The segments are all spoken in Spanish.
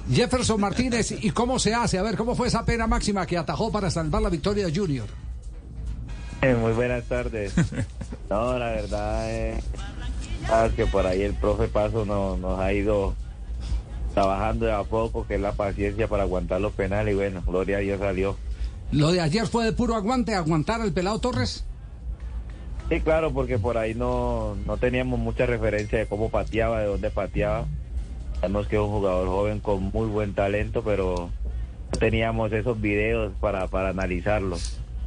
Jefferson Martínez, ¿y cómo se hace? A ver, ¿cómo fue esa pena máxima que atajó para salvar la victoria de Junior? Muy buenas tardes. No, la verdad es que por ahí el profe Paso nos ha ido trabajando de a poco, que es la paciencia para aguantar los penales, y bueno, gloria a Dios salió. ¿Lo de ayer fue de puro aguantar al pelado Torres? Sí, claro, porque por ahí no teníamos mucha referencia de cómo pateaba, de dónde pateaba. Sabemos que es un jugador joven con muy buen talento, pero no teníamos esos videos para analizarlo.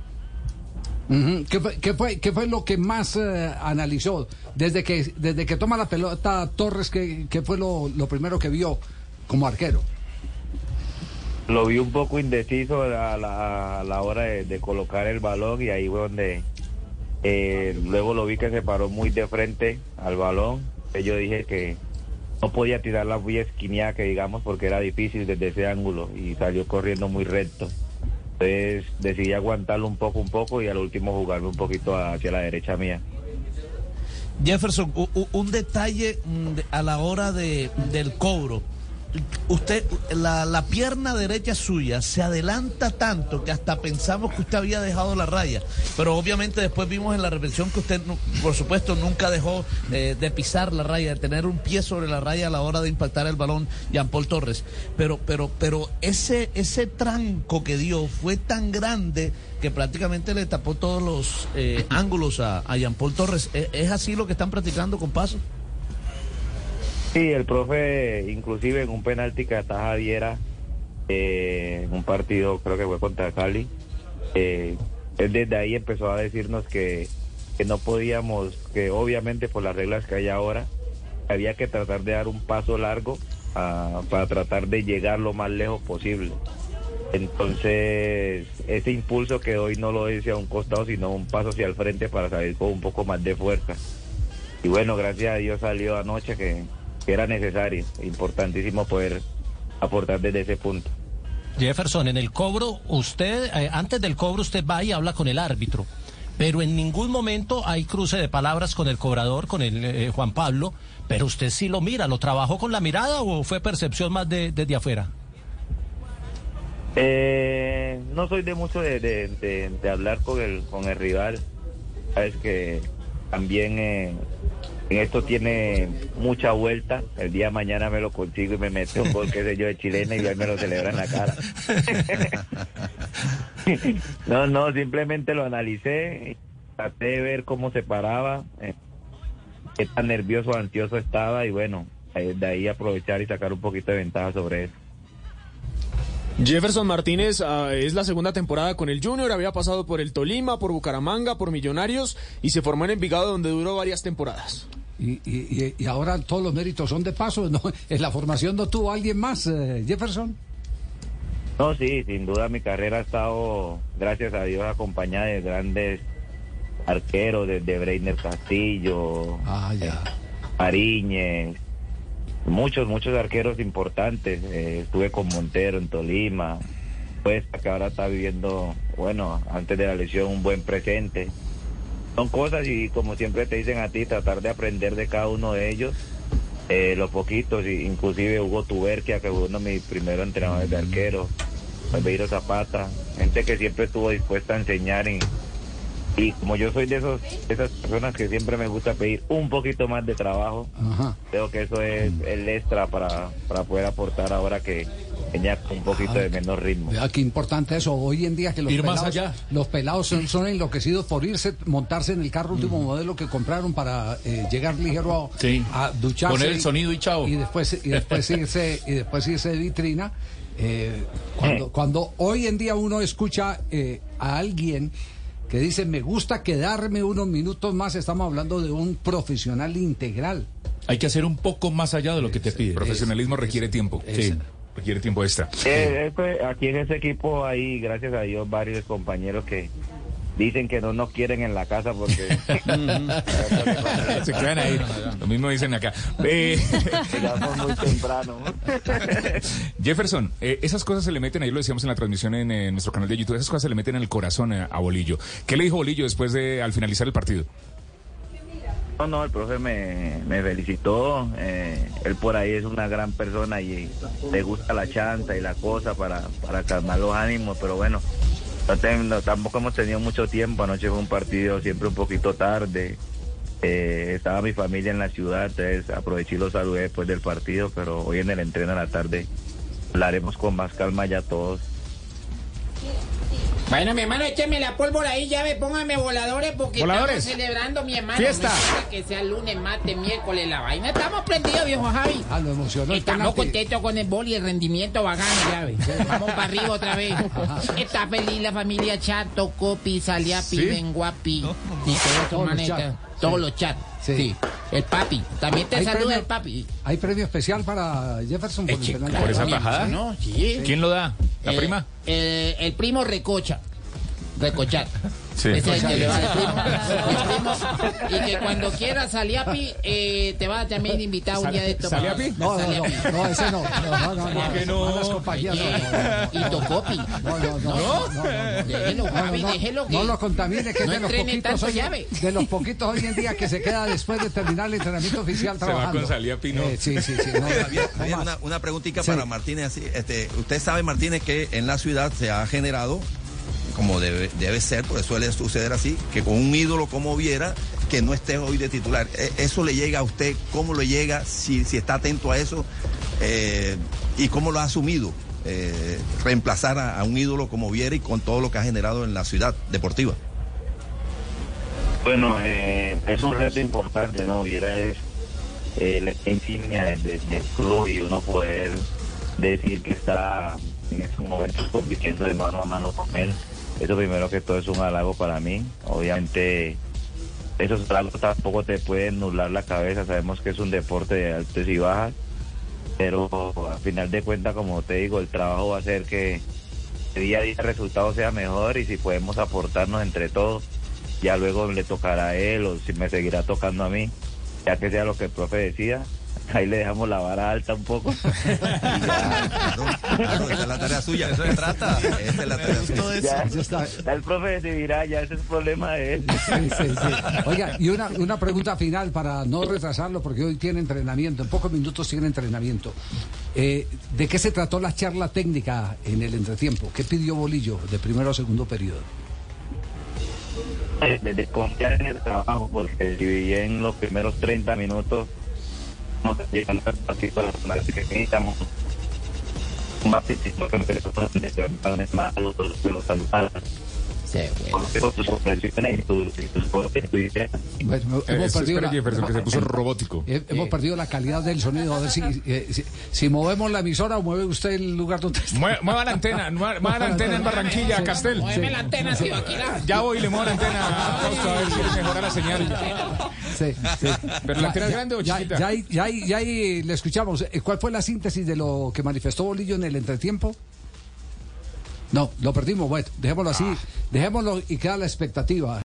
Uh-huh. ¿Qué fue lo que más analizó? Desde que toma la pelota Torres, ¿qué fue lo primero que vio como arquero? Lo vi un poco indeciso a la hora de colocar el balón, y ahí fue donde luego lo vi que se paró muy de frente al balón. Yo dije que no podía tirar la vía esquineada, que digamos, porque era difícil desde ese ángulo, y salió corriendo muy recto. Entonces decidí aguantarlo un poco, y al último jugarme un poquito hacia la derecha mía. Jefferson, un detalle a la hora del cobro. Usted, la pierna derecha suya se adelanta tanto que hasta pensamos que usted había dejado la raya, pero obviamente después vimos en la repetición que usted, por supuesto, nunca dejó de pisar la raya, de tener un pie sobre la raya a la hora de impactar el balón Jean-Paul Torres, pero ese tranco que dio fue tan grande que prácticamente le tapó todos los ángulos a Jean-Paul Torres. ¿Es así lo que están practicando con Paso? Sí, el profe, inclusive en un penalti que ataja Viera, en un partido, creo que fue contra Cali, él desde ahí empezó a decirnos que no podíamos, que obviamente por las reglas que hay ahora, había que tratar de dar un paso largo para tratar de llegar lo más lejos posible. Entonces, ese impulso que hoy no lo hice a un costado, sino un paso hacia el frente para salir con un poco más de fuerza. Y bueno, gracias a Dios salió anoche que era necesario, importantísimo poder aportar desde ese punto. Jefferson, en el cobro, usted, antes del cobro usted va y habla con el árbitro, pero en ningún momento hay cruce de palabras con el cobrador, con el Juan Pablo, pero usted sí lo mira, ¿lo trabajó con la mirada o fue percepción más desde afuera? No soy de mucho de hablar con el rival, sabes que también en esto tiene mucha vuelta. El día de mañana me lo consigo y me meto un gol, qué sé yo, de chilena, y ya me lo celebra en la cara. No, simplemente lo analicé, traté de ver cómo se paraba, qué tan nervioso o ansioso estaba, y bueno, de ahí aprovechar y sacar un poquito de ventaja sobre eso. Jefferson Martínez es la segunda temporada con el Junior, había pasado por el Tolima, por Bucaramanga, por Millonarios, y se formó en Envigado, donde duró varias temporadas. Y ahora todos los méritos son de Paso, ¿no? En la formación no tuvo alguien más, Jefferson. No, sí, sin duda mi carrera ha estado, gracias a Dios, acompañada de grandes arqueros, desde Breiner Castillo, Mariñez, muchos arqueros importantes. Estuve con Montero en Tolima, pues que ahora está viviendo, bueno, antes de la lesión, un buen presente. Son cosas, y como siempre te dicen a ti, tratar de aprender de cada uno de ellos, los poquitos, inclusive Hugo Tuberquia, que fue uno de mis primeros entrenadores de arquero, Albeiro Zapata, gente que siempre estuvo dispuesta a enseñar, y como yo soy de esas personas que siempre me gusta pedir un poquito más de trabajo, creo que eso es el extra para poder aportar ahora que tenía un poquito de menos ritmo. Vea qué importante eso. Hoy en día que los pelados son enloquecidos por montarse en el carro último modelo que compraron para llegar ligero a ducharse, poner el sonido y chao. Y después irse de vitrina. Cuando hoy en día uno escucha a alguien que dice me gusta quedarme unos minutos más, estamos hablando de un profesional integral. Hay que hacer un poco más allá de lo que te pide. El profesionalismo requiere tiempo. Sí. Requiere tiempo extra. Aquí en ese equipo hay, gracias a Dios, varios compañeros que dicen que no nos quieren en la casa porque se quedan ahí. Lo mismo dicen acá. Llegamos muy temprano. Jefferson, esas cosas se le meten, ahí lo decíamos en la transmisión en nuestro canal de YouTube, esas cosas se le meten en el corazón a Bolillo. ¿Qué le dijo Bolillo después al finalizar el partido? No, el profe me felicitó. Él por ahí es una gran persona y le gusta la chanta y la cosa para calmar los ánimos, pero bueno, tampoco hemos tenido mucho tiempo. Anoche fue un partido siempre un poquito tarde. Estaba mi familia en la ciudad, entonces aproveché y lo saludé después del partido, pero hoy en el entreno a la tarde hablaremos con más calma ya todos. Bueno, mi hermano, écheme la pólvora ahí, ya póngame voladores porque ¿Voladores? estamos celebrando, mi hermano. ¡Fiesta! No importa que sea lunes, martes, miércoles, la vaina. Estamos prendidos, viejo Javi. Lo emocionó. Estamos contentos con el boli y el rendimiento bacano, ya ves. Vamos para arriba otra vez. Está feliz la familia Chato, Copi, Saliapi, ¿Sí? Benguapi. Y todos los chats. Sí. El papi. También te saluda el papi. ¿Hay premio especial para Jefferson por el penal? ¿Por esa tajada? No, sí. ¿Quién lo da? ¿La prima? El primo Recocha. Recochat. Sí. Ese es el que le va al primo. Y que cuando quiera Saliapi, te va a también invitar un día de esto. ¿Saliapi? No, ese no. ¿Por qué no? Las compañías Y Tocopi. Déjelo, Javi, déjelo que no lo contamine, que no es de los entrene poquitos tanto llave. de los poquitos hoy en día que se queda después de terminar el entrenamiento oficial Se va trabajando. con Saliapi, ¿no? Sí. Javier, No más. una preguntita Sí. para Martínez. Así, usted sabe, Martínez, que en la ciudad se ha generado, como debe ser, porque suele suceder así, que con un ídolo como Viera, que no esté hoy de titular. ¿Eso le llega a usted? ¿Cómo le llega? Si está atento a eso, y cómo lo ha asumido, reemplazar a un ídolo como Viera y con todo lo que ha generado en la ciudad deportiva. Bueno, es un reto importante, ¿no? Viera es la insignia del club y uno poder decir que está en estos momentos compitiendo de mano a mano con él. Eso primero que todo es un halago para mí. Obviamente esos halagos tampoco te pueden nublar la cabeza. Sabemos que es un deporte de altos y bajas, pero al final de cuentas, como te digo, el trabajo va a hacer que día a día el resultado sea mejor, y si podemos aportarnos entre todos, ya luego le tocará a él o si me seguirá tocando a mí, ya que sea lo que el profe decida. Ahí le dejamos la vara alta un poco. Claro, esa es la tarea suya. Eso se trata. Esa es la tarea suya. Ya el profe decidirá, ya ese es el problema de él. Sí. Oiga, y una pregunta final para no retrasarlo, porque hoy tiene entrenamiento, en pocos minutos tiene entrenamiento. ¿De qué se trató la charla técnica en el entretiempo? ¿Qué pidió Bolillo de primero a segundo periodo? De confiar en el trabajo, porque dividí en los primeros 30 minutos, no llegando al partido de que necesitamos un partidito que empezó con el malo, los saludaron. Bueno, hemos perdido Jefferson, que se puso robótico. Hemos perdido la calidad del sonido. A ver si movemos la emisora o mueve usted el lugar donde está. Mueva la antena, en Barranquilla, Castel. Muéveme la antena, tío, aquí la... Ya voy y le muevo la antena a Fausto, a ver si le mejora la señal. Sí. ¿Pero la antena es grande o chiquita? Ya ahí le escuchamos. ¿Cuál fue la síntesis de lo que manifestó Bolillo en el entretiempo? No, lo perdimos. Bueno, dejémoslo así. Dejémoslo y queda la expectativa.